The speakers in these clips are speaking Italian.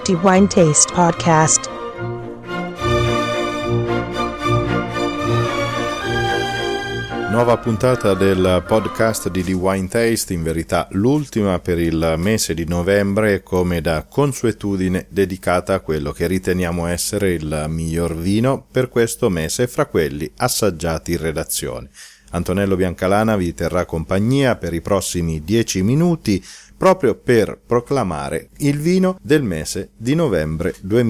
The Wine Taste Podcast. Nuova puntata del podcast di The Wine Taste, in verità l'ultima per il mese di novembre, come da consuetudine dedicata a quello che riteniamo essere il miglior vino per questo mese fra quelli assaggiati in redazione. Antonello Biancalana vi terrà compagnia per i prossimi 10 minuti proprio per proclamare il vino del mese di novembre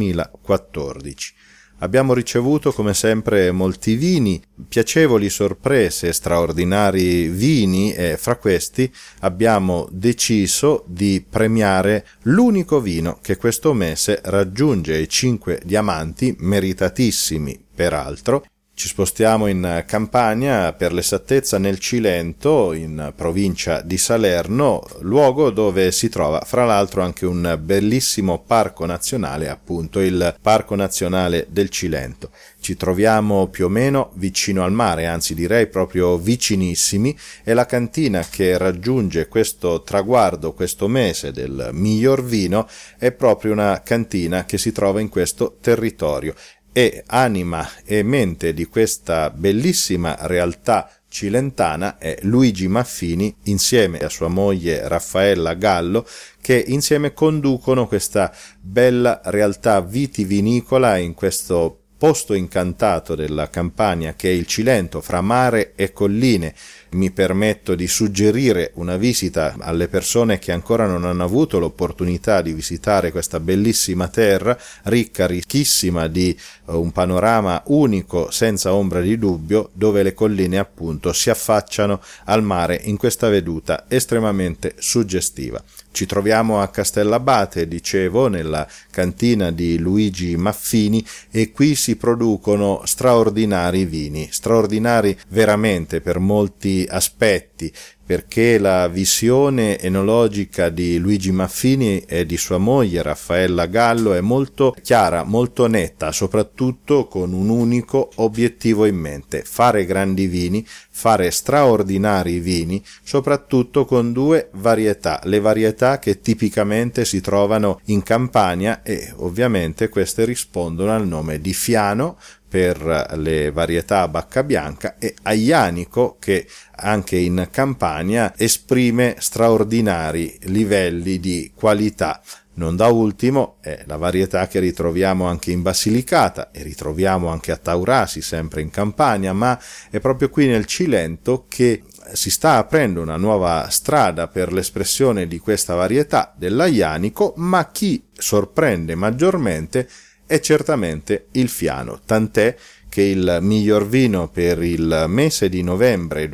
2014. Abbiamo ricevuto come sempre molti vini, piacevoli sorprese, straordinari vini e fra questi abbiamo deciso di premiare l'unico vino che questo mese raggiunge i 5 diamanti, meritatissimi peraltro. Ci spostiamo in Campania, per l'esattezza nel Cilento, in provincia di Salerno, luogo dove si trova fra l'altro anche un bellissimo parco nazionale, appunto il Parco Nazionale del Cilento. Ci troviamo più o meno vicino al mare, anzi direi proprio vicinissimi, e la cantina che raggiunge questo traguardo questo mese del miglior vino è proprio una cantina che si trova in questo territorio. E anima e mente di questa bellissima realtà cilentana è Luigi Maffini insieme a sua moglie Raffaella Gallo, che insieme conducono questa bella realtà vitivinicola in questo posto incantato della Campania che è il Cilento, fra mare e colline. Mi permetto di suggerire una visita alle persone che ancora non hanno avuto l'opportunità di visitare questa bellissima terra, ricchissima di un panorama unico senza ombra di dubbio, dove le colline appunto si affacciano al mare in questa veduta estremamente suggestiva. Ci troviamo a Castellabate, dicevo, nella cantina di Luigi Maffini, e qui si producono straordinari vini, straordinari veramente per molti aspetti, perché la visione enologica di Luigi Maffini e di sua moglie Raffaella Gallo è molto chiara, molto netta, soprattutto con un unico obiettivo in mente: fare grandi vini, fare straordinari vini, soprattutto con due varietà, le varietà che tipicamente si trovano in Campania, e ovviamente queste rispondono al nome di Fiano per le varietà Bacca Bianca e Aglianico, che anche in Campania esprime straordinari livelli di qualità. Non da ultimo è la varietà che ritroviamo anche in Basilicata e ritroviamo anche a Taurasi, sempre in Campania, ma è proprio qui nel Cilento che si sta aprendo una nuova strada per l'espressione di questa varietà dell'Aglianico, ma chi sorprende maggiormente è certamente il Fiano, tant'è che il miglior vino per il mese di novembre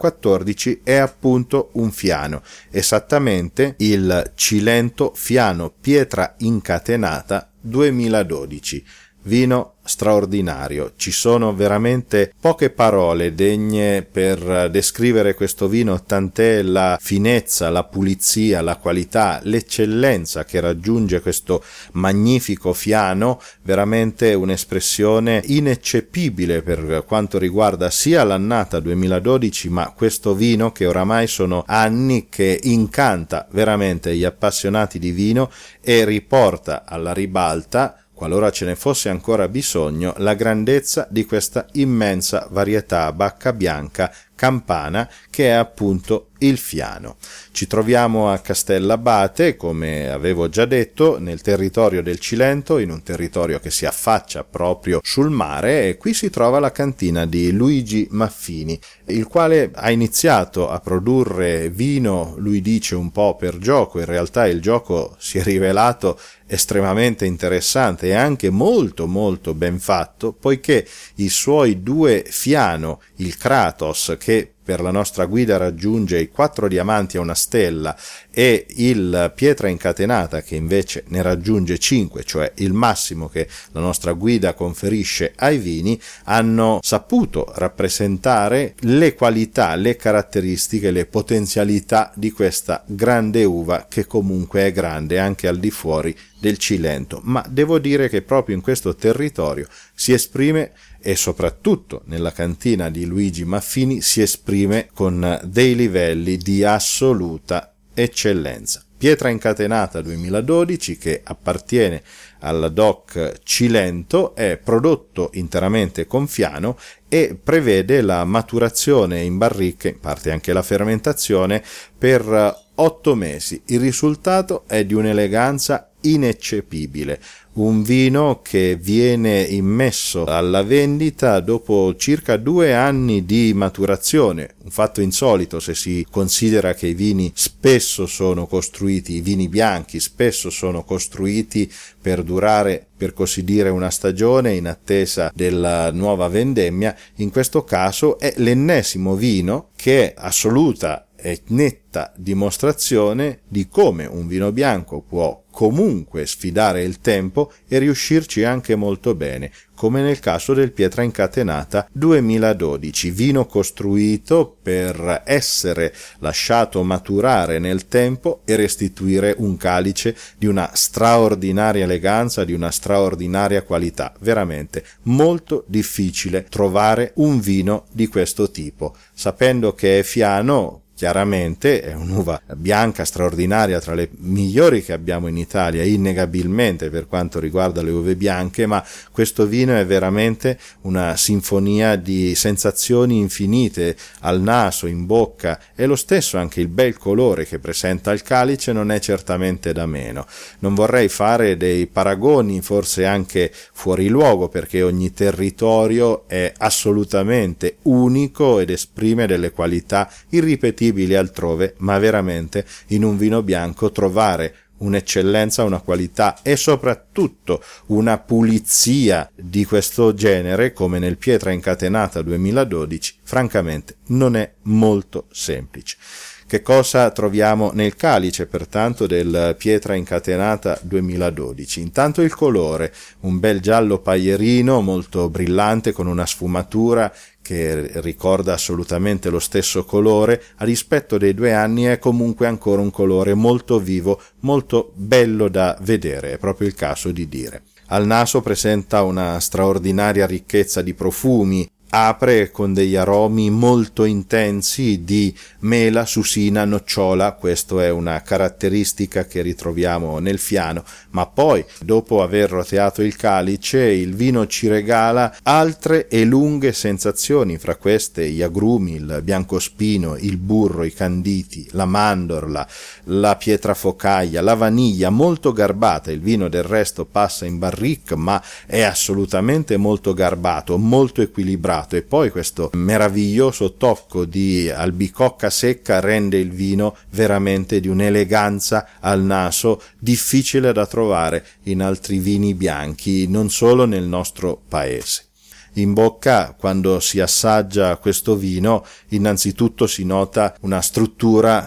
2014 è appunto un Fiano, esattamente il Cilento Fiano Pietra Incatenata 2012. Vino straordinario, ci sono veramente poche parole degne per descrivere questo vino, tant'è la finezza, la pulizia, la qualità, l'eccellenza che raggiunge questo magnifico Fiano, veramente un'espressione ineccepibile per quanto riguarda sia l'annata 2012, ma questo vino che oramai sono anni che incanta veramente gli appassionati di vino e riporta alla ribalta, qualora ce ne fosse ancora bisogno, la grandezza di questa immensa varietà Bacca Bianca campana che è appunto il Fiano. Ci troviamo a Castellabate, come avevo già detto, nel territorio del Cilento, in un territorio che si affaccia proprio sul mare, e qui si trova la cantina di Luigi Maffini, il quale ha iniziato a produrre vino, lui dice un po' per gioco, in realtà il gioco si è rivelato estremamente interessante e anche molto molto ben fatto, poiché i suoi due Fiano, il Kratos, che per la nostra guida raggiunge i 4 diamanti a una stella, e il Pietra Incatenata, che invece ne raggiunge 5, cioè il massimo che la nostra guida conferisce ai vini, hanno saputo rappresentare le qualità, le caratteristiche, le potenzialità di questa grande uva, che comunque è grande anche al di fuori del Cilento, ma devo dire che proprio in questo territorio si esprime, e soprattutto nella cantina di Luigi Maffini si esprime con dei livelli di assoluta eccellenza. Pietra Incatenata 2012, che appartiene alla DOC Cilento, è prodotto interamente con fiano e prevede la maturazione in barrique, in parte anche la fermentazione, per 8 mesi. Il risultato è di un'eleganza ineccepibile, un vino che viene immesso alla vendita dopo circa 2 anni di maturazione, un fatto insolito se si considera che i vini bianchi spesso sono costruiti per durare, per così dire, una stagione in attesa della nuova vendemmia. In questo caso è l'ennesimo vino che è assoluta e netta dimostrazione di come un vino bianco può comunque sfidare il tempo e riuscirci anche molto bene, come nel caso del Pietra Incatenata 2012, vino costruito per essere lasciato maturare nel tempo e restituire un calice di una straordinaria eleganza, di una straordinaria qualità. Veramente molto difficile trovare un vino di questo tipo. Sapendo che è fiano, chiaramente è un'uva bianca straordinaria, tra le migliori che abbiamo in Italia, innegabilmente per quanto riguarda le uve bianche, ma questo vino è veramente una sinfonia di sensazioni infinite al naso, in bocca, e lo stesso anche il bel colore che presenta il calice non è certamente da meno. Non vorrei fare dei paragoni forse anche fuori luogo, perché ogni territorio è assolutamente unico ed esprime delle qualità irripetibili altrove, ma veramente in un vino bianco trovare un'eccellenza, una qualità e soprattutto una pulizia di questo genere come nel Pietra Incatenata 2012 francamente non è molto semplice. Che cosa troviamo nel calice pertanto del Pietra Incatenata 2012? Intanto il colore, un bel giallo paglierino molto brillante con una sfumatura che ricorda assolutamente lo stesso colore. A dispetto dei 2 anni è comunque ancora un colore molto vivo, molto bello da vedere, è proprio il caso di dire. Al naso presenta una straordinaria ricchezza di profumi, apre con degli aromi molto intensi di mela, susina, nocciola. Questo è una caratteristica che ritroviamo nel fiano, ma poi dopo aver roteato il calice il vino ci regala altre e lunghe sensazioni, fra queste gli agrumi, il biancospino, il burro, i canditi, la mandorla, la pietrafocaglia, la vaniglia molto garbata. Il vino del resto passa in barrique, ma è assolutamente molto garbato, molto equilibrato, e poi questo meraviglioso tocco di albicocca secca rende il vino veramente di un'eleganza al naso difficile da trovare in altri vini bianchi, non solo nel nostro paese. In bocca, quando si assaggia questo vino, innanzitutto si nota una struttura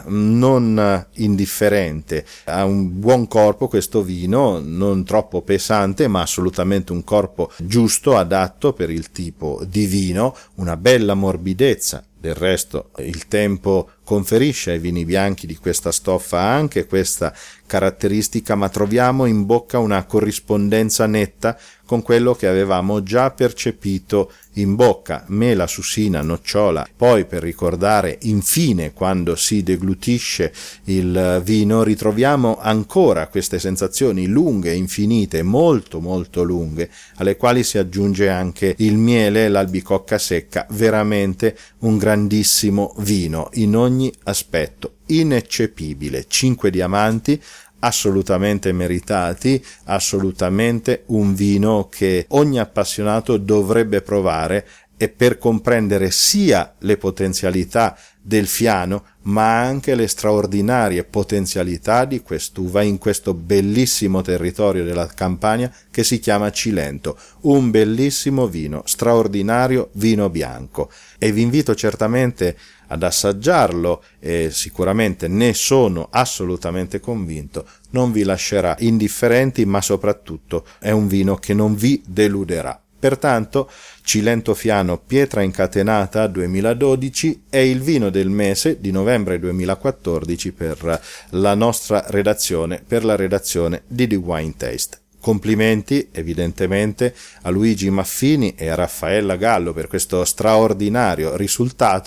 non indifferente. Ha un buon corpo questo vino, non troppo pesante, ma assolutamente un corpo giusto, adatto per il tipo di vino, una bella morbidezza. Del resto il tempo conferisce ai vini bianchi di questa stoffa anche questa caratteristica, ma troviamo in bocca una corrispondenza netta con quello che avevamo già percepito in bocca: mela, susina, nocciola. Poi, per ricordare infine, quando si deglutisce il vino, ritroviamo ancora queste sensazioni lunghe, infinite, molto molto lunghe, alle quali si aggiunge anche il miele e l'albicocca secca. Veramente un grandissimo vino in ogni aspetto, ineccepibile. 5 diamanti assolutamente meritati, assolutamente un vino che ogni appassionato dovrebbe provare, e per comprendere sia le potenzialità del fiano ma anche le straordinarie potenzialità di quest'uva in questo bellissimo territorio della Campania che si chiama Cilento. Un bellissimo vino, straordinario vino bianco, e vi invito certamente ad assaggiarlo, e sicuramente ne sono assolutamente convinto non vi lascerà indifferenti, ma soprattutto è un vino che non vi deluderà. Pertanto Cilento Fiano Pietra Incatenata 2012 è il vino del mese di novembre 2014 per la nostra redazione, per la redazione di The Wine Taste. Complimenti evidentemente a Luigi Maffini e a Raffaella Gallo per questo straordinario risultato.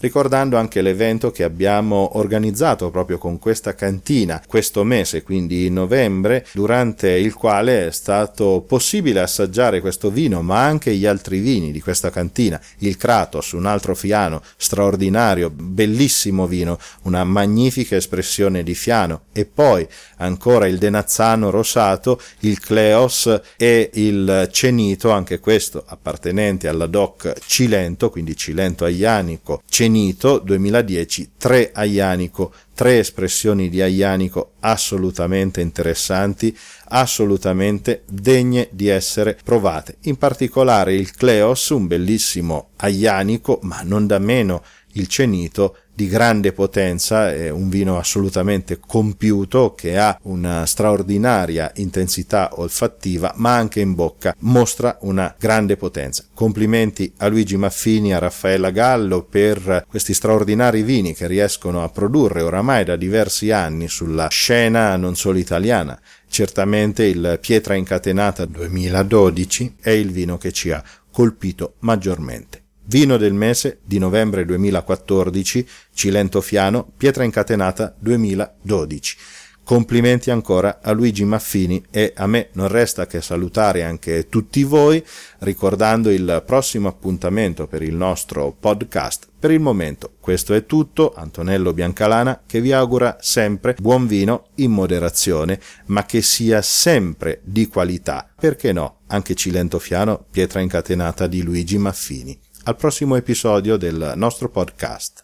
ricordando anche l'evento che abbiamo organizzato proprio con questa cantina questo mese, quindi in novembre, durante il quale è stato possibile assaggiare questo vino, ma anche gli altri vini di questa cantina, il Kratos, un altro fiano straordinario, bellissimo vino, una magnifica espressione di fiano, e poi ancora il Denazzano rosato, il Kleos e il Cenito, anche questo appartenente alla DOC Cilento, quindi Cilento Aglianico Cenito 2010, 3 Aglianico, 3 espressioni di Aglianico assolutamente interessanti, assolutamente degne di essere provate. In particolare il Kleos, un bellissimo Aglianico, ma non da meno il Cenito, di grande potenza, è un vino assolutamente compiuto che ha una straordinaria intensità olfattiva, ma anche in bocca mostra una grande potenza. Complimenti a Luigi Maffini e a Raffaella Gallo per questi straordinari vini che riescono a produrre oramai da diversi anni sulla scena non solo italiana. Certamente il Pietra Incatenata 2012 è il vino che ci ha colpito maggiormente. Vino del mese di novembre 2014, Cilento Fiano, Pietra Incatenata 2012. Complimenti ancora a Luigi Maffini, e a me non resta che salutare anche tutti voi, ricordando il prossimo appuntamento per il nostro podcast. Per il momento questo è tutto. Antonello Biancalana che vi augura sempre buon vino in moderazione, ma che sia sempre di qualità. Perché no? Anche Cilento Fiano, Pietra Incatenata di Luigi Maffini. Al prossimo episodio del nostro podcast.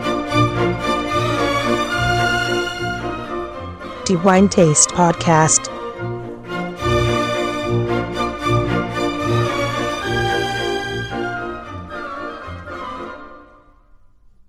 The Wine Taste Podcast.